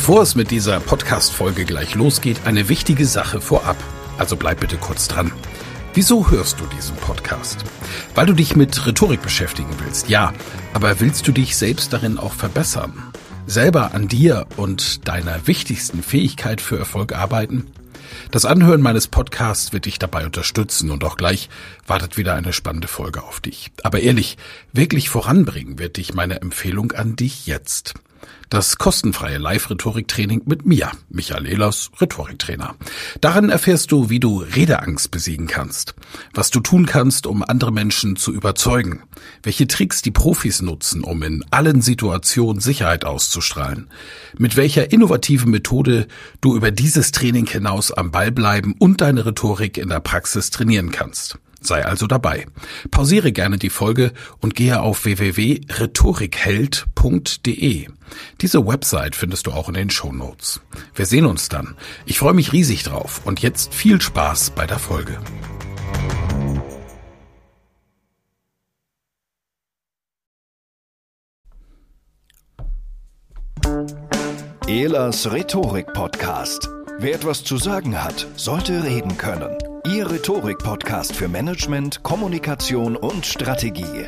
Bevor es mit dieser Podcast-Folge gleich losgeht, eine wichtige Sache vorab. Also bleib bitte kurz dran. Wieso hörst du diesen Podcast? Weil du dich mit Rhetorik beschäftigen willst, ja. Aber willst du dich selbst darin auch verbessern? Selber an dir und deiner wichtigsten Fähigkeit für Erfolg arbeiten? Das Anhören meines Podcasts wird dich dabei unterstützen und auch gleich wartet wieder eine spannende Folge auf dich. Aber ehrlich, wirklich voranbringen wird dich meine Empfehlung an dich jetzt. Das kostenfreie Live-Rhetorik-Training mit mir, Michael Ehlers, Rhetoriktrainer. Darin erfährst du, wie du Redeangst besiegen kannst, was du tun kannst, um andere Menschen zu überzeugen, welche Tricks die Profis nutzen, um in allen Situationen Sicherheit auszustrahlen, mit welcher innovativen Methode du über dieses Training hinaus am Ball bleiben und deine Rhetorik in der Praxis trainieren kannst. Sei also dabei. Pausiere gerne die Folge und gehe auf www.rhetorikheld.de. Diese Website findest du auch in den Shownotes. Wir sehen uns dann. Ich freue mich riesig drauf und jetzt viel Spaß bei der Folge. Ehlers Rhetorik-Podcast. Wer etwas zu sagen hat, sollte reden können. Ihr Rhetorik-Podcast für Management, Kommunikation und Strategie.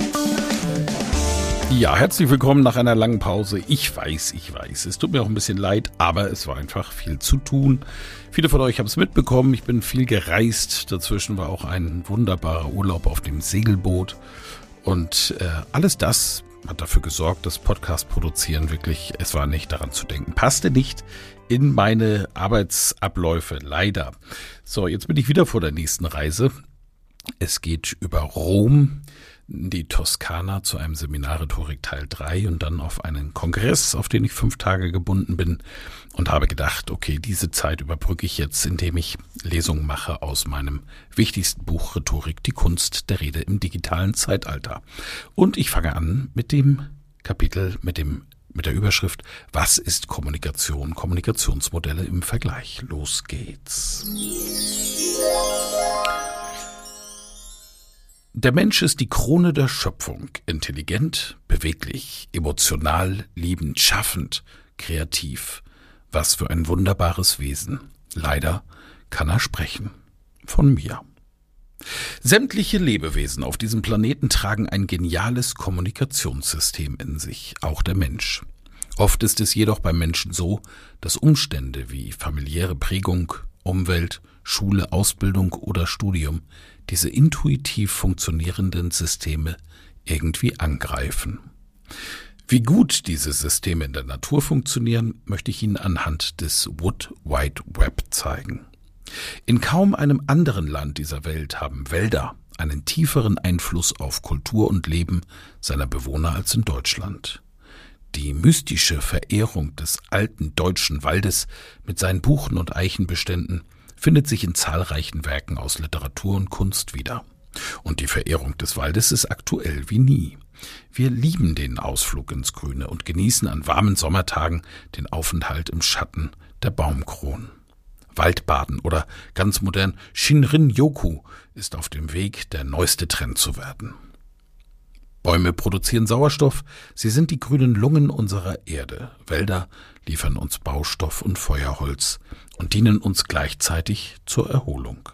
Ja, herzlich willkommen nach einer langen Pause. Ich weiß, es tut mir auch ein bisschen leid, aber es war einfach viel zu tun. Viele von euch haben es mitbekommen, ich bin viel gereist. Dazwischen war auch ein wunderbarer Urlaub auf dem Segelboot. Und alles das hat dafür gesorgt, dass Podcast produzieren wirklich, es war nicht daran zu denken, passte nicht in meine Arbeitsabläufe, leider. So, jetzt bin ich wieder vor der nächsten Reise. Es geht über Rom, die Toskana, zu einem Seminar Rhetorik Teil 3 und dann auf einen Kongress, auf den ich 5 Tage gebunden bin und habe gedacht, okay, diese Zeit überbrücke ich jetzt, indem ich Lesungen mache aus meinem wichtigsten Buch Rhetorik, die Kunst der Rede im digitalen Zeitalter. Und ich fange an mit dem Kapitel, mit der Überschrift Was ist Kommunikation? Kommunikationsmodelle im Vergleich. Los geht's. Der Mensch ist die Krone der Schöpfung. Intelligent, beweglich, emotional, liebend, schaffend, kreativ. Was für ein wunderbares Wesen. Leider kann er sprechen. Von mir. Sämtliche Lebewesen auf diesem Planeten tragen ein geniales Kommunikationssystem in sich, auch der Mensch. Oft ist es jedoch beim Menschen so, dass Umstände wie familiäre Prägung, Umwelt, Schule, Ausbildung oder Studium diese intuitiv funktionierenden Systeme irgendwie angreifen. Wie gut diese Systeme in der Natur funktionieren, möchte ich Ihnen anhand des Wood Wide Web zeigen. In kaum einem anderen Land dieser Welt haben Wälder einen tieferen Einfluss auf Kultur und Leben seiner Bewohner als in Deutschland. Die mystische Verehrung des alten deutschen Waldes mit seinen Buchen- und Eichenbeständen findet sich in zahlreichen Werken aus Literatur und Kunst wieder. Und die Verehrung des Waldes ist aktuell wie nie. Wir lieben den Ausflug ins Grüne und genießen an warmen Sommertagen den Aufenthalt im Schatten der Baumkronen. Waldbaden oder ganz modern Shinrin-yoku ist auf dem Weg, der neueste Trend zu werden. Bäume produzieren Sauerstoff, sie sind die grünen Lungen unserer Erde. Wälder liefern uns Baustoff und Feuerholz und dienen uns gleichzeitig zur Erholung.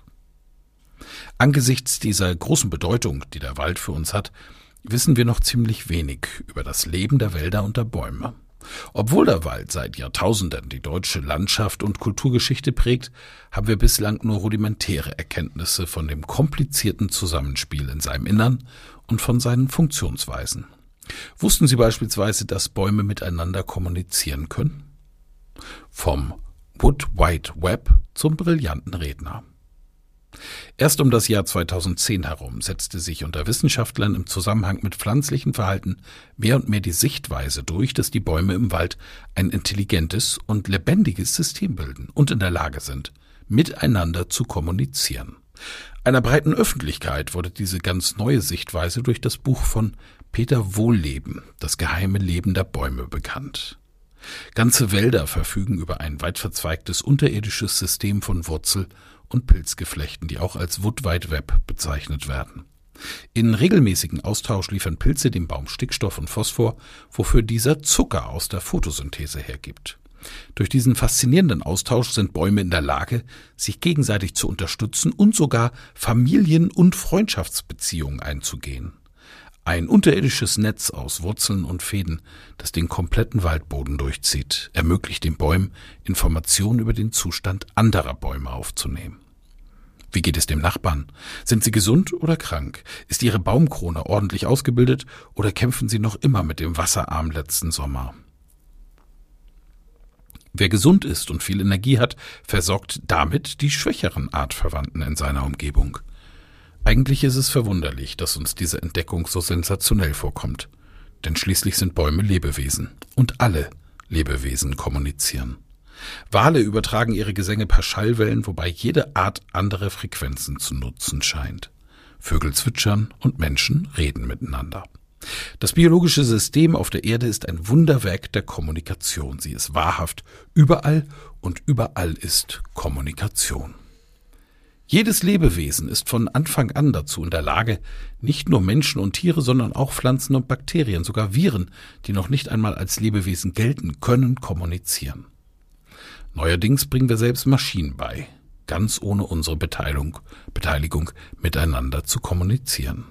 Angesichts dieser großen Bedeutung, die der Wald für uns hat, wissen wir noch ziemlich wenig über das Leben der Wälder und der Bäume. Obwohl der Wald seit Jahrtausenden die deutsche Landschaft und Kulturgeschichte prägt, haben wir bislang nur rudimentäre Erkenntnisse von dem komplizierten Zusammenspiel in seinem Innern und von seinen Funktionsweisen. Wussten Sie beispielsweise, dass Bäume miteinander kommunizieren können? Vom Wood Wide Web zum brillanten Redner. Erst um das Jahr 2010 herum setzte sich unter Wissenschaftlern im Zusammenhang mit pflanzlichem Verhalten mehr und mehr die Sichtweise durch, dass die Bäume im Wald ein intelligentes und lebendiges System bilden und in der Lage sind, miteinander zu kommunizieren. Einer breiten Öffentlichkeit wurde diese ganz neue Sichtweise durch das Buch von Peter Wohlleben, Das geheime Leben der Bäume, bekannt. Ganze Wälder verfügen über ein weit verzweigtes unterirdisches System von Wurzel- und Pilzgeflechten, die auch als Wood Wide Web bezeichnet werden. In regelmäßigen Austausch liefern Pilze dem Baum Stickstoff und Phosphor, wofür dieser Zucker aus der Photosynthese hergibt. Durch diesen faszinierenden Austausch sind Bäume in der Lage, sich gegenseitig zu unterstützen und sogar Familien- und Freundschaftsbeziehungen einzugehen. Ein unterirdisches Netz aus Wurzeln und Fäden, das den kompletten Waldboden durchzieht, ermöglicht den Bäumen, Informationen über den Zustand anderer Bäume aufzunehmen. Wie geht es dem Nachbarn? Sind sie gesund oder krank? Ist ihre Baumkrone ordentlich ausgebildet oder kämpfen sie noch immer mit dem Wasserarm letzten Sommer? Wer gesund ist und viel Energie hat, versorgt damit die schwächeren Artverwandten in seiner Umgebung. Eigentlich ist es verwunderlich, dass uns diese Entdeckung so sensationell vorkommt. Denn schließlich sind Bäume Lebewesen. Und alle Lebewesen kommunizieren. Wale übertragen ihre Gesänge per Schallwellen, wobei jede Art andere Frequenzen zu nutzen scheint. Vögel zwitschern und Menschen reden miteinander. Das biologische System auf der Erde ist ein Wunderwerk der Kommunikation. Sie ist wahrhaft überall und überall ist Kommunikation. Jedes Lebewesen ist von Anfang an dazu in der Lage, nicht nur Menschen und Tiere, sondern auch Pflanzen und Bakterien, sogar Viren, die noch nicht einmal als Lebewesen gelten, können kommunizieren. Neuerdings bringen wir selbst Maschinen bei, ganz ohne unsere Beteiligung miteinander zu kommunizieren.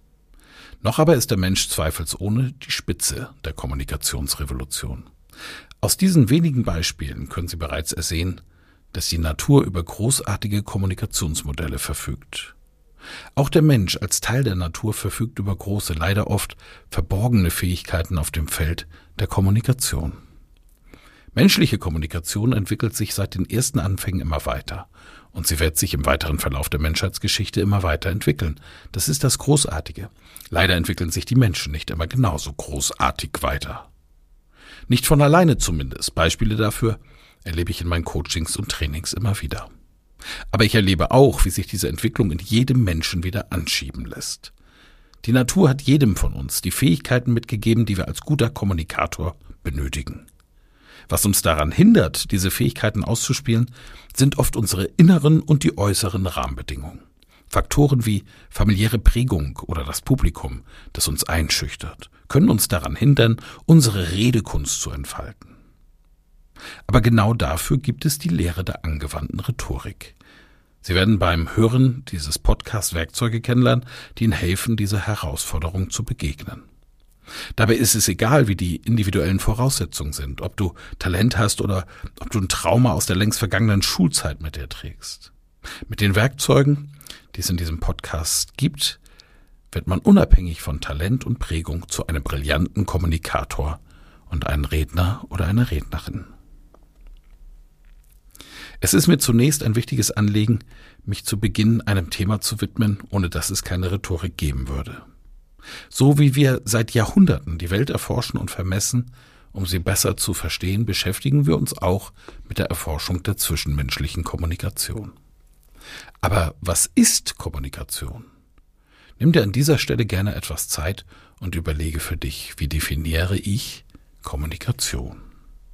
Noch aber ist der Mensch zweifelsohne die Spitze der Kommunikationsrevolution. Aus diesen wenigen Beispielen können Sie bereits ersehen, dass die Natur über großartige Kommunikationsmodelle verfügt. Auch der Mensch als Teil der Natur verfügt über große, leider oft verborgene Fähigkeiten auf dem Feld der Kommunikation. Menschliche Kommunikation entwickelt sich seit den ersten Anfängen immer weiter und sie wird sich im weiteren Verlauf der Menschheitsgeschichte immer weiter entwickeln. Das ist das Großartige. Leider entwickeln sich die Menschen nicht immer genauso großartig weiter. Nicht von alleine zumindest. Beispiele dafür erlebe ich in meinen Coachings und Trainings immer wieder. Aber ich erlebe auch, wie sich diese Entwicklung in jedem Menschen wieder anschieben lässt. Die Natur hat jedem von uns die Fähigkeiten mitgegeben, die wir als guter Kommunikator benötigen. Was uns daran hindert, diese Fähigkeiten auszuspielen, sind oft unsere inneren und die äußeren Rahmenbedingungen. Faktoren wie familiäre Prägung oder das Publikum, das uns einschüchtert, können uns daran hindern, unsere Redekunst zu entfalten. Aber genau dafür gibt es die Lehre der angewandten Rhetorik. Sie werden beim Hören dieses Podcasts Werkzeuge kennenlernen, die Ihnen helfen, dieser Herausforderung zu begegnen. Dabei ist es egal, wie die individuellen Voraussetzungen sind, ob du Talent hast oder ob du ein Trauma aus der längst vergangenen Schulzeit mit dir trägst. Mit den Werkzeugen, die es in diesem Podcast gibt, wird man unabhängig von Talent und Prägung zu einem brillanten Kommunikator und einem Redner oder einer Rednerin. Es ist mir zunächst ein wichtiges Anliegen, mich zu Beginn einem Thema zu widmen, ohne dass es keine Rhetorik geben würde. So wie wir seit Jahrhunderten die Welt erforschen und vermessen, um sie besser zu verstehen, beschäftigen wir uns auch mit der Erforschung der zwischenmenschlichen Kommunikation. Aber was ist Kommunikation? Nimm dir an dieser Stelle gerne etwas Zeit und überlege für dich, wie definiere ich Kommunikation?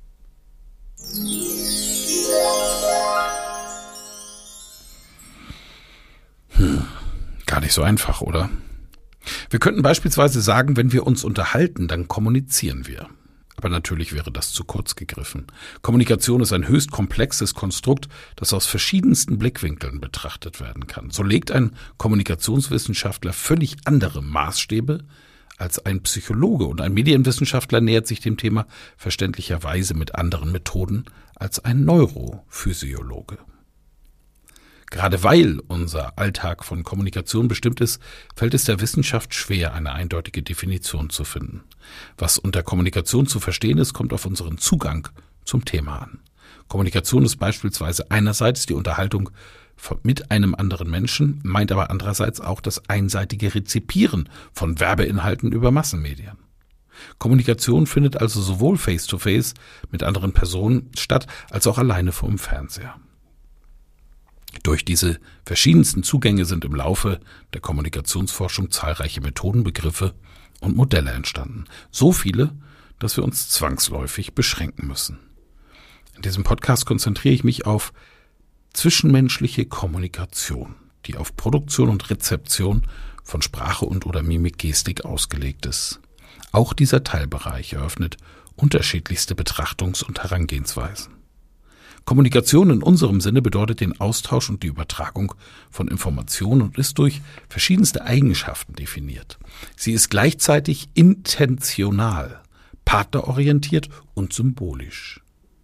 Gar nicht so einfach, oder? Wir könnten beispielsweise sagen, wenn wir uns unterhalten, dann kommunizieren wir. Aber natürlich wäre das zu kurz gegriffen. Kommunikation ist ein höchst komplexes Konstrukt, das aus verschiedensten Blickwinkeln betrachtet werden kann. So legt ein Kommunikationswissenschaftler völlig andere Maßstäbe als ein Psychologe und ein Medienwissenschaftler nähert sich dem Thema verständlicherweise mit anderen Methoden als ein Neurophysiologe. Gerade weil unser Alltag von Kommunikation bestimmt ist, fällt es der Wissenschaft schwer, eine eindeutige Definition zu finden. Was unter Kommunikation zu verstehen ist, kommt auf unseren Zugang zum Thema an. Kommunikation ist beispielsweise einerseits die Unterhaltung mit einem anderen Menschen, meint aber andererseits auch das einseitige Rezipieren von Werbeinhalten über Massenmedien. Kommunikation findet also sowohl face-to-face mit anderen Personen statt, als auch alleine vor dem Fernseher. Durch diese verschiedensten Zugänge sind im Laufe der Kommunikationsforschung zahlreiche Methoden, Begriffe und Modelle entstanden. So viele, dass wir uns zwangsläufig beschränken müssen. In diesem Podcast konzentriere ich mich auf zwischenmenschliche Kommunikation, die auf Produktion und Rezeption von Sprache und oder Mimik-Gestik ausgelegt ist. Auch dieser Teilbereich eröffnet unterschiedlichste Betrachtungs- und Herangehensweisen. Kommunikation in unserem Sinne bedeutet den Austausch und die Übertragung von Informationen und ist durch verschiedenste Eigenschaften definiert. Sie ist gleichzeitig intentional, partnerorientiert und symbolisch.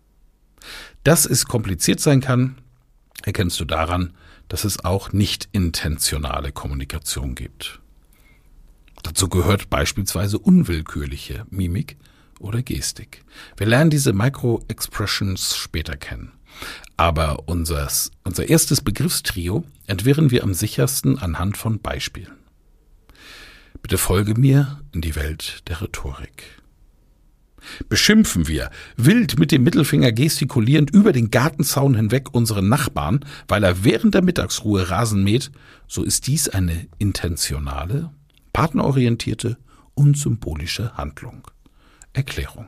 Dass es kompliziert sein kann, erkennst du daran, dass es auch nicht intentionale Kommunikation gibt. Dazu gehört beispielsweise unwillkürliche Mimik oder Gestik. Wir lernen diese Micro-Expressions später kennen. Aber unser erstes Begriffstrio entwirren wir am sichersten anhand von Beispielen. Bitte folge mir in die Welt der Rhetorik. Beschimpfen wir, wild mit dem Mittelfinger gestikulierend über den Gartenzaun hinweg unseren Nachbarn, weil er während der Mittagsruhe Rasen mäht, so ist dies eine intentionale, partnerorientierte und symbolische Handlung. Erklärung.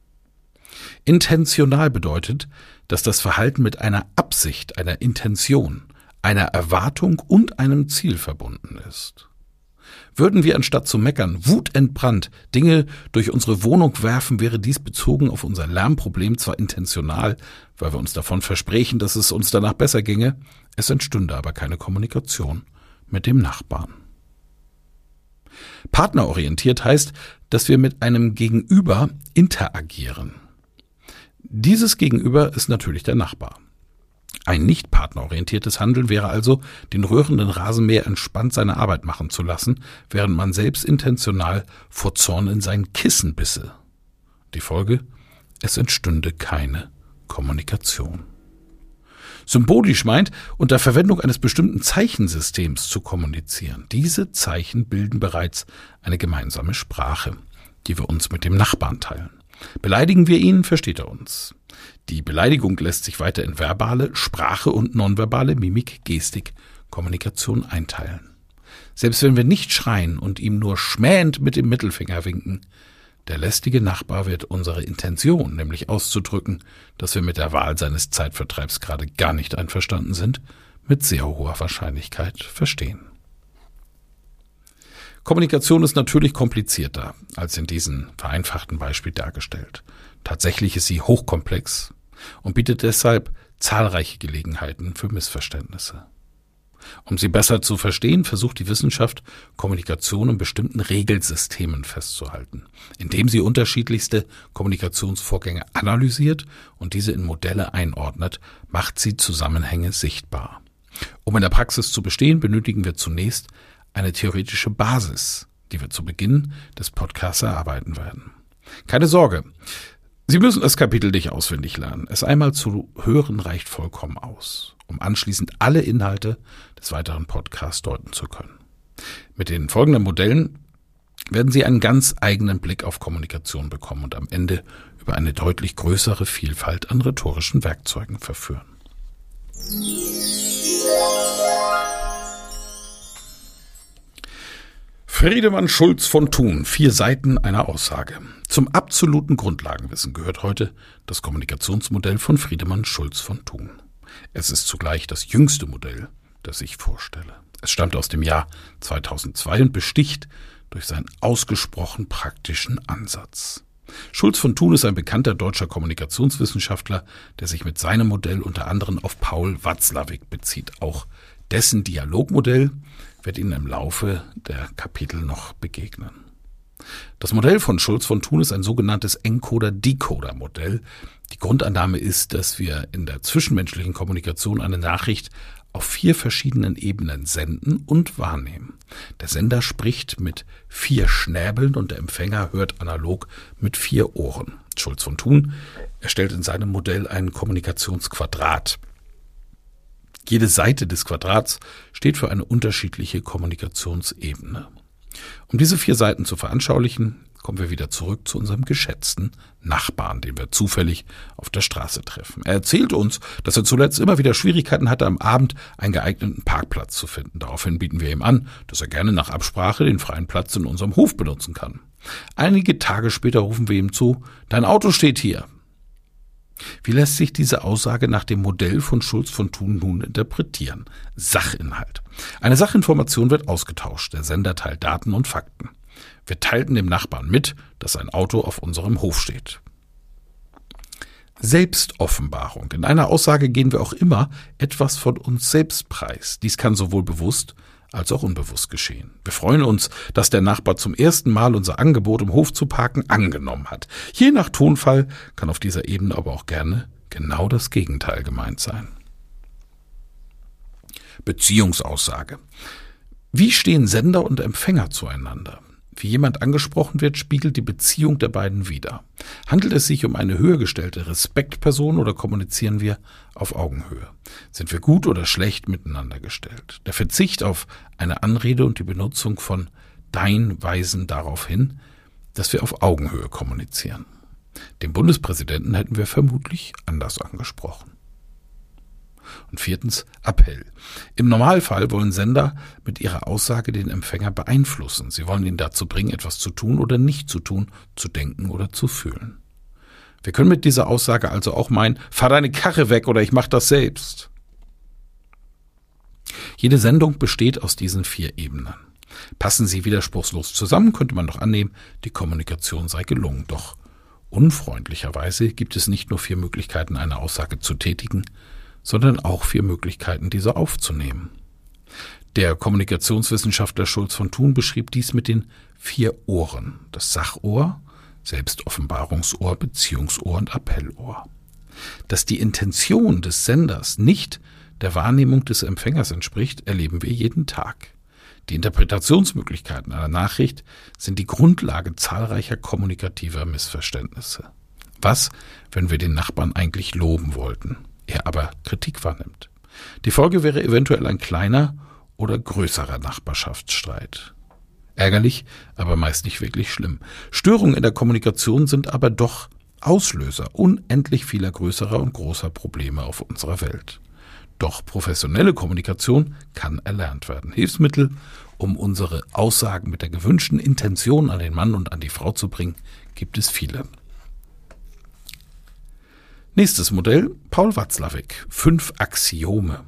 Intentional bedeutet, dass das Verhalten mit einer Absicht, einer Intention, einer Erwartung und einem Ziel verbunden ist. Würden wir anstatt zu meckern, wutentbrannt Dinge durch unsere Wohnung werfen, wäre dies bezogen auf unser Lärmproblem zwar intentional, weil wir uns davon versprechen, dass es uns danach besser ginge, es entstünde aber keine Kommunikation mit dem Nachbarn. Partnerorientiert heißt, dass wir mit einem Gegenüber interagieren. Dieses Gegenüber ist natürlich der Nachbar. Ein nicht partnerorientiertes Handeln wäre also, den rührenden Rasenmäher entspannt seine Arbeit machen zu lassen, während man selbst intentional vor Zorn in sein Kissen bisse. Die Folge? Es entstünde keine Kommunikation. Symbolisch meint, unter Verwendung eines bestimmten Zeichensystems zu kommunizieren. Diese Zeichen bilden bereits eine gemeinsame Sprache, die wir uns mit dem Nachbarn teilen. Beleidigen wir ihn, versteht er uns. Die Beleidigung lässt sich weiter in verbale, Sprache und nonverbale Mimik, Gestik, Kommunikation einteilen. Selbst wenn wir nicht schreien und ihm nur schmähend mit dem Mittelfinger winken, der lästige Nachbar wird unsere Intention, nämlich auszudrücken, dass wir mit der Wahl seines Zeitvertreibs gerade gar nicht einverstanden sind, mit sehr hoher Wahrscheinlichkeit verstehen. Kommunikation ist natürlich komplizierter als in diesem vereinfachten Beispiel dargestellt. Tatsächlich ist sie hochkomplex und bietet deshalb zahlreiche Gelegenheiten für Missverständnisse. Um sie besser zu verstehen, versucht die Wissenschaft, Kommunikation in bestimmten Regelsystemen festzuhalten, indem sie unterschiedlichste Kommunikationsvorgänge analysiert und diese in Modelle einordnet, macht sie Zusammenhänge sichtbar. Um in der Praxis zu bestehen, benötigen wir zunächst eine theoretische Basis, die wir zu Beginn des Podcasts erarbeiten werden. Keine Sorge, Sie müssen das Kapitel nicht auswendig lernen. Es einmal zu hören reicht vollkommen aus, um anschließend alle Inhalte des weiteren Podcasts deuten zu können. Mit den folgenden Modellen werden Sie einen ganz eigenen Blick auf Kommunikation bekommen und am Ende über eine deutlich größere Vielfalt an rhetorischen Werkzeugen verführen. Friedemann Schulz von Thun, 4 Seiten einer Aussage. Zum absoluten Grundlagenwissen gehört heute das Kommunikationsmodell von Friedemann Schulz von Thun. Es ist zugleich das jüngste Modell, das ich vorstelle. Es stammt aus dem Jahr 2002 und besticht durch seinen ausgesprochen praktischen Ansatz. Schulz von Thun ist ein bekannter deutscher Kommunikationswissenschaftler, der sich mit seinem Modell unter anderem auf Paul Watzlawick bezieht. Auch dessen Dialogmodell wird Ihnen im Laufe der Kapitel noch begegnen. Das Modell von Schulz von Thun ist ein sogenanntes Encoder-Decoder-Modell. Die Grundannahme ist, dass wir in der zwischenmenschlichen Kommunikation eine Nachricht auf 4 verschiedenen Ebenen senden und wahrnehmen. Der Sender spricht mit 4 Schnäbeln und der Empfänger hört analog mit 4 Ohren. Schulz von Thun erstellt in seinem Modell ein Kommunikationsquadrat. Jede Seite des Quadrats steht für eine unterschiedliche Kommunikationsebene. Um diese 4 Seiten zu veranschaulichen, kommen wir wieder zurück zu unserem geschätzten Nachbarn, den wir zufällig auf der Straße treffen. Er erzählt uns, dass er zuletzt immer wieder Schwierigkeiten hatte, am Abend einen geeigneten Parkplatz zu finden. Daraufhin bieten wir ihm an, dass er gerne nach Absprache den freien Platz in unserem Hof benutzen kann. Einige Tage später rufen wir ihm zu: Dein Auto steht hier. Wie lässt sich diese Aussage nach dem Modell von Schulz von Thun nun interpretieren? Sachinhalt. Eine Sachinformation wird ausgetauscht. Der Sender teilt Daten und Fakten. Wir teilten dem Nachbarn mit, dass ein Auto auf unserem Hof steht. Selbstoffenbarung. In einer Aussage gehen wir auch immer etwas von uns selbst preis. Dies kann sowohl bewusst als auch unbewusst geschehen. Wir freuen uns, dass der Nachbar zum ersten Mal unser Angebot, im Hof zu parken, angenommen hat. Je nach Tonfall kann auf dieser Ebene aber auch gerne genau das Gegenteil gemeint sein. Beziehungsaussage. Wie stehen Sender und Empfänger zueinander? Wie jemand angesprochen wird, spiegelt die Beziehung der beiden wider. Handelt es sich um eine höher gestellte Respektperson oder kommunizieren wir auf Augenhöhe? Sind wir gut oder schlecht miteinander gestellt? Der Verzicht auf eine Anrede und die Benutzung von Dein weisen darauf hin, dass wir auf Augenhöhe kommunizieren. Den Bundespräsidenten hätten wir vermutlich anders angesprochen. Und 4. Appell. Im Normalfall wollen Sender mit ihrer Aussage den Empfänger beeinflussen. Sie wollen ihn dazu bringen, etwas zu tun oder nicht zu tun, zu denken oder zu fühlen. Wir können mit dieser Aussage also auch meinen, fahr deine Karre weg oder ich mach das selbst. Jede Sendung besteht aus diesen 4 Ebenen. Passen sie widerspruchslos zusammen, könnte man doch annehmen, die Kommunikation sei gelungen. Doch unfreundlicherweise gibt es nicht nur 4 Möglichkeiten, eine Aussage zu tätigen, sondern auch 4 Möglichkeiten, diese aufzunehmen. Der Kommunikationswissenschaftler Schulz von Thun beschrieb dies mit den 4 Ohren. Das Sachohr, Selbstoffenbarungsohr, Beziehungsohr und Appellohr. Dass die Intention des Senders nicht der Wahrnehmung des Empfängers entspricht, erleben wir jeden Tag. Die Interpretationsmöglichkeiten einer Nachricht sind die Grundlage zahlreicher kommunikativer Missverständnisse. Was, wenn wir den Nachbarn eigentlich loben wollten, er aber Kritik wahrnimmt? Die Folge wäre eventuell ein kleiner oder größerer Nachbarschaftsstreit. Ärgerlich, aber meist nicht wirklich schlimm. Störungen in der Kommunikation sind aber doch Auslöser unendlich vieler größerer und großer Probleme auf unserer Welt. Doch professionelle Kommunikation kann erlernt werden. Hilfsmittel, um unsere Aussagen mit der gewünschten Intention an den Mann und an die Frau zu bringen, gibt es viele. Nächstes Modell, Paul Watzlawick, 5 Axiome.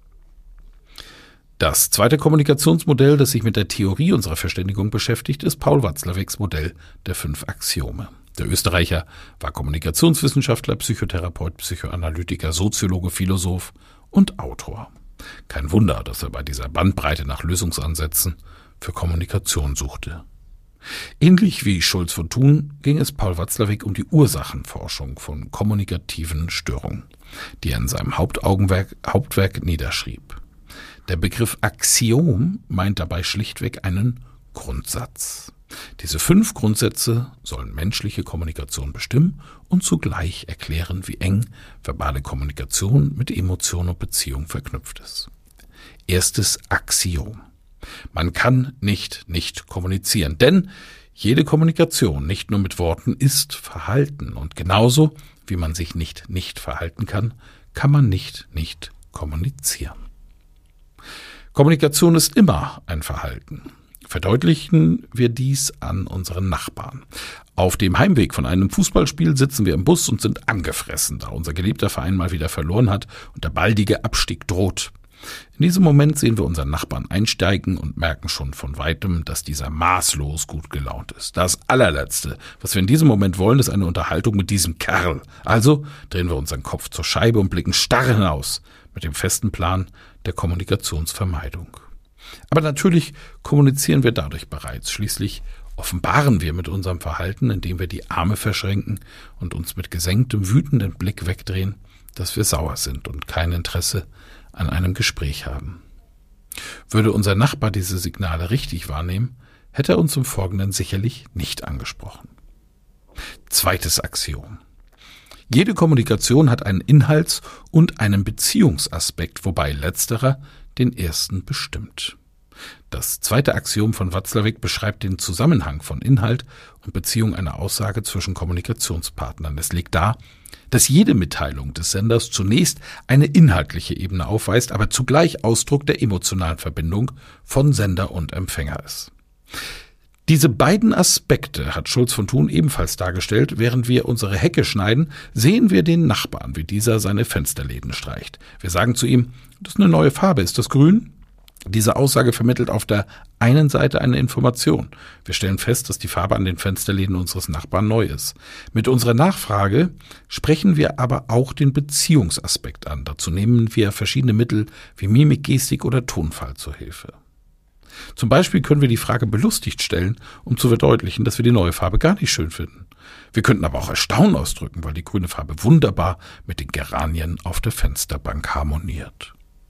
Das zweite Kommunikationsmodell, das sich mit der Theorie unserer Verständigung beschäftigt, ist Paul Watzlawicks Modell der 5 Axiome. Der Österreicher war Kommunikationswissenschaftler, Psychotherapeut, Psychoanalytiker, Soziologe, Philosoph und Autor. Kein Wunder, dass er bei dieser Bandbreite nach Lösungsansätzen für Kommunikation suchte. Ähnlich wie Schulz von Thun ging es Paul Watzlawick um die Ursachenforschung von kommunikativen Störungen, die er in seinem Hauptwerk niederschrieb. Der Begriff Axiom meint dabei schlichtweg einen Grundsatz. Diese 5 Grundsätze sollen menschliche Kommunikation bestimmen und zugleich erklären, wie eng verbale Kommunikation mit Emotion und Beziehung verknüpft ist. Erstes Axiom. Man kann nicht kommunizieren, denn jede Kommunikation, nicht nur mit Worten, ist Verhalten. Und genauso wie man sich nicht verhalten kann, kann man nicht kommunizieren. Kommunikation ist immer ein Verhalten. Verdeutlichen wir dies an unseren Nachbarn. Auf dem Heimweg von einem Fußballspiel sitzen wir im Bus und sind angefressen, da unser geliebter Verein mal wieder verloren hat und der baldige Abstieg droht. In diesem Moment sehen wir unseren Nachbarn einsteigen und merken schon von weitem, dass dieser maßlos gut gelaunt ist. Das allerletzte, was wir in diesem Moment wollen, ist eine Unterhaltung mit diesem Kerl. Also drehen wir unseren Kopf zur Scheibe und blicken starr hinaus mit dem festen Plan der Kommunikationsvermeidung. Aber natürlich kommunizieren wir dadurch bereits. Schließlich offenbaren wir mit unserem Verhalten, indem wir die Arme verschränken und uns mit gesenktem, wütendem Blick wegdrehen, dass wir sauer sind und kein Interesse an einem Gespräch haben. Würde unser Nachbar diese Signale richtig wahrnehmen, hätte er uns im Folgenden sicherlich nicht angesprochen. Zweites Axiom. Jede Kommunikation hat einen Inhalts- und einen Beziehungsaspekt, wobei letzterer den ersten bestimmt. Das zweite Axiom von Watzlawick beschreibt den Zusammenhang von Inhalt und Beziehung einer Aussage zwischen Kommunikationspartnern. Es liegt dar, dass jede Mitteilung des Senders zunächst eine inhaltliche Ebene aufweist, aber zugleich Ausdruck der emotionalen Verbindung von Sender und Empfänger ist. Diese beiden Aspekte hat Schulz von Thun ebenfalls dargestellt. Während wir unsere Hecke schneiden, sehen wir den Nachbarn, wie dieser seine Fensterläden streicht. Wir sagen zu ihm, das ist eine neue Farbe, ist das grün? Diese Aussage vermittelt auf der einen Seite eine Information. Wir stellen fest, dass die Farbe an den Fensterläden unseres Nachbarn neu ist. Mit unserer Nachfrage sprechen wir aber auch den Beziehungsaspekt an. Dazu nehmen wir verschiedene Mittel wie Mimik, Gestik oder Tonfall zur Hilfe. Zum Beispiel können wir die Frage belustigt stellen, um zu verdeutlichen, dass wir die neue Farbe gar nicht schön finden. Wir könnten aber auch Erstaunen ausdrücken, weil die grüne Farbe wunderbar mit den Geranien auf der Fensterbank harmoniert.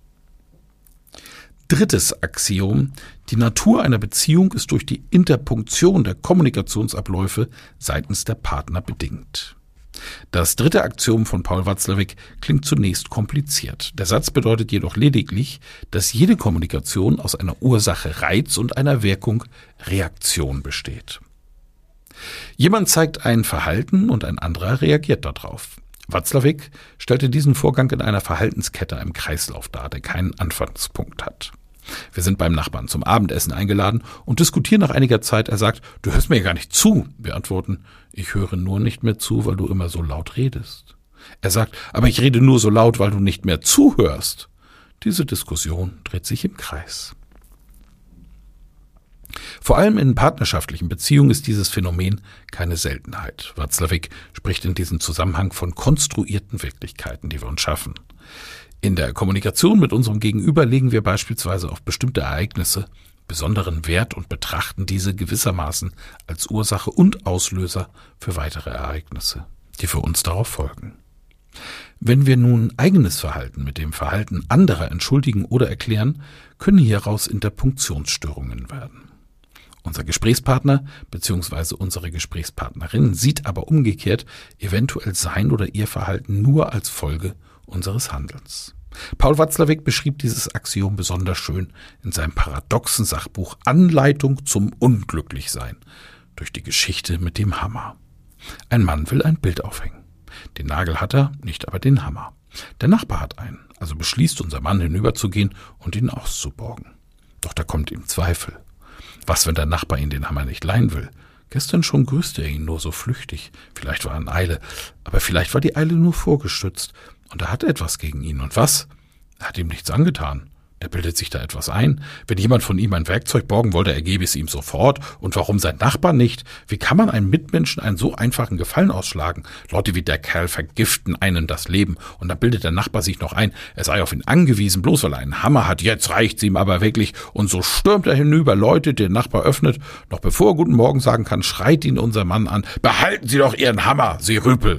Drittes Axiom: Die Natur einer Beziehung ist durch die Interpunktion der Kommunikationsabläufe seitens der Partner bedingt. Das dritte Axiom von Paul Watzlawick klingt zunächst kompliziert. Der Satz bedeutet jedoch lediglich, dass jede Kommunikation aus einer Ursache Reiz und einer Wirkung Reaktion besteht. Jemand zeigt ein Verhalten und ein anderer reagiert darauf. Watzlawick stellte diesen Vorgang in einer Verhaltenskette, einem Kreislauf dar, der keinen Anfangspunkt hat. Wir sind beim Nachbarn zum Abendessen eingeladen und diskutieren nach einiger Zeit. Er sagt, du hörst mir ja gar nicht zu. Wir antworten, ich höre nur nicht mehr zu, weil du immer so laut redest. Er sagt, aber ich rede nur so laut, weil du nicht mehr zuhörst. Diese Diskussion dreht sich im Kreis. Vor allem in partnerschaftlichen Beziehungen ist dieses Phänomen keine Seltenheit. Watzlawick spricht in diesem Zusammenhang von konstruierten Wirklichkeiten, die wir uns schaffen. In der Kommunikation mit unserem Gegenüber legen wir beispielsweise auf bestimmte Ereignisse besonderen Wert und betrachten diese gewissermaßen als Ursache und Auslöser für weitere Ereignisse, die für uns darauf folgen. Wenn wir nun eigenes Verhalten mit dem Verhalten anderer entschuldigen oder erklären, können hieraus Interpunktionsstörungen werden. Unser Gesprächspartner bzw. unsere Gesprächspartnerin sieht aber umgekehrt eventuell sein oder ihr Verhalten nur als Folge unseres Handelns. Paul Watzlawick beschrieb dieses Axiom besonders schön in seinem paradoxen Sachbuch Anleitung zum Unglücklichsein durch die Geschichte mit dem Hammer. Ein Mann will ein Bild aufhängen. Den Nagel hat er, nicht aber den Hammer. Der Nachbar hat einen, also beschließt unser Mann hinüberzugehen und ihn auszuborgen. Doch da kommt ihm Zweifel. Was, wenn der Nachbar ihn den Hammer nicht leihen will? Gestern schon grüßte er ihn nur so flüchtig. Vielleicht war er in Eile, aber vielleicht war die Eile nur vorgestützt. Und er hat etwas gegen ihn. Und was? Er hat ihm nichts angetan. Der bildet sich da etwas ein. Wenn jemand von ihm ein Werkzeug borgen wollte, er gebe es ihm sofort. Und warum sein Nachbar nicht? Wie kann man einem Mitmenschen einen so einfachen Gefallen ausschlagen? Leute wie der Kerl vergiften einen das Leben. Und dann bildet der Nachbar sich noch ein, er sei auf ihn angewiesen, bloß weil er einen Hammer hat. Jetzt reicht's ihm aber wirklich. Und so stürmt er hinüber, läutet, der Nachbar öffnet. Noch bevor er Guten Morgen sagen kann, schreit ihn unser Mann an. Behalten Sie doch Ihren Hammer, Sie Rüpel.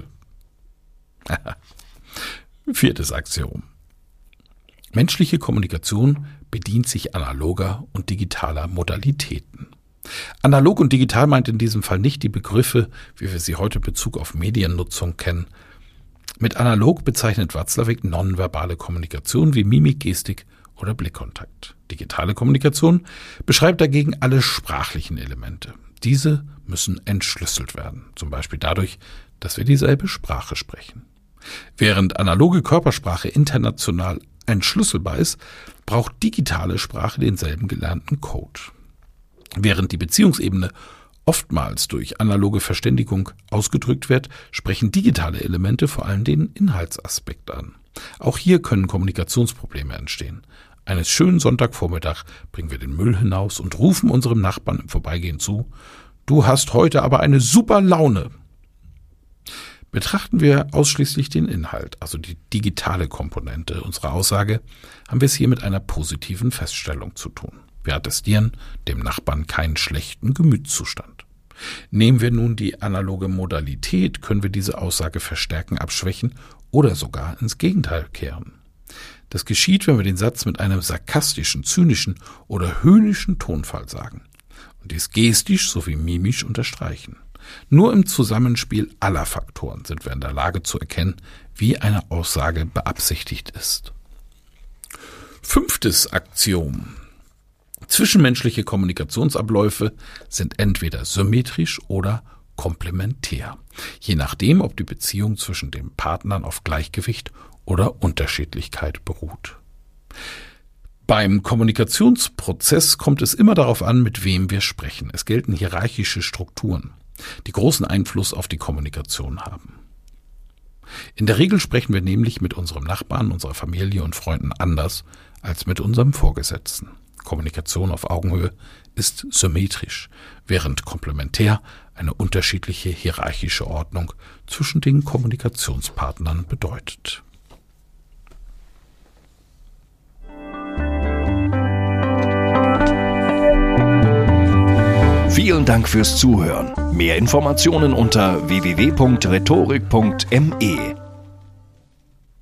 Viertes Axiom. Menschliche Kommunikation bedient sich analoger und digitaler Modalitäten. Analog und digital meint in diesem Fall nicht die Begriffe, wie wir sie heute in Bezug auf Mediennutzung kennen. Mit analog bezeichnet Watzlawick nonverbale Kommunikation wie Mimik, Gestik oder Blickkontakt. Digitale Kommunikation beschreibt dagegen alle sprachlichen Elemente. Diese müssen entschlüsselt werden, zum Beispiel dadurch, dass wir dieselbe Sprache sprechen. Während analoge Körpersprache international entschlüsselbar ist, braucht digitale Sprache denselben gelernten Code. Während die Beziehungsebene oftmals durch analoge Verständigung ausgedrückt wird, sprechen digitale Elemente vor allem den Inhaltsaspekt an. Auch hier können Kommunikationsprobleme entstehen. Eines schönen Sonntagvormittag bringen wir den Müll hinaus und rufen unserem Nachbarn im Vorbeigehen zu: Du hast heute aber eine super Laune. Betrachten wir ausschließlich den Inhalt, also die digitale Komponente unserer Aussage, haben wir es hier mit einer positiven Feststellung zu tun. Wir attestieren dem Nachbarn keinen schlechten Gemütszustand. Nehmen wir nun die analoge Modalität, können wir diese Aussage verstärken, abschwächen oder sogar ins Gegenteil kehren. Das geschieht, wenn wir den Satz mit einem sarkastischen, zynischen oder höhnischen Tonfall sagen und dies gestisch sowie mimisch unterstreichen. Nur im Zusammenspiel aller Faktoren sind wir in der Lage zu erkennen, wie eine Aussage beabsichtigt ist. Fünftes Axiom. Zwischenmenschliche Kommunikationsabläufe sind entweder symmetrisch oder komplementär, je nachdem, ob die Beziehung zwischen den Partnern auf Gleichgewicht oder Unterschiedlichkeit beruht. Beim Kommunikationsprozess kommt es immer darauf an, mit wem wir sprechen. Es gelten hierarchische Strukturen, die großen Einfluss auf die Kommunikation haben. In der Regel sprechen wir nämlich mit unserem Nachbarn, unserer Familie und Freunden anders als mit unserem Vorgesetzten. Kommunikation auf Augenhöhe ist symmetrisch, während komplementär eine unterschiedliche hierarchische Ordnung zwischen den Kommunikationspartnern bedeutet. Vielen Dank fürs Zuhören. Mehr Informationen unter www.rhetorik.me.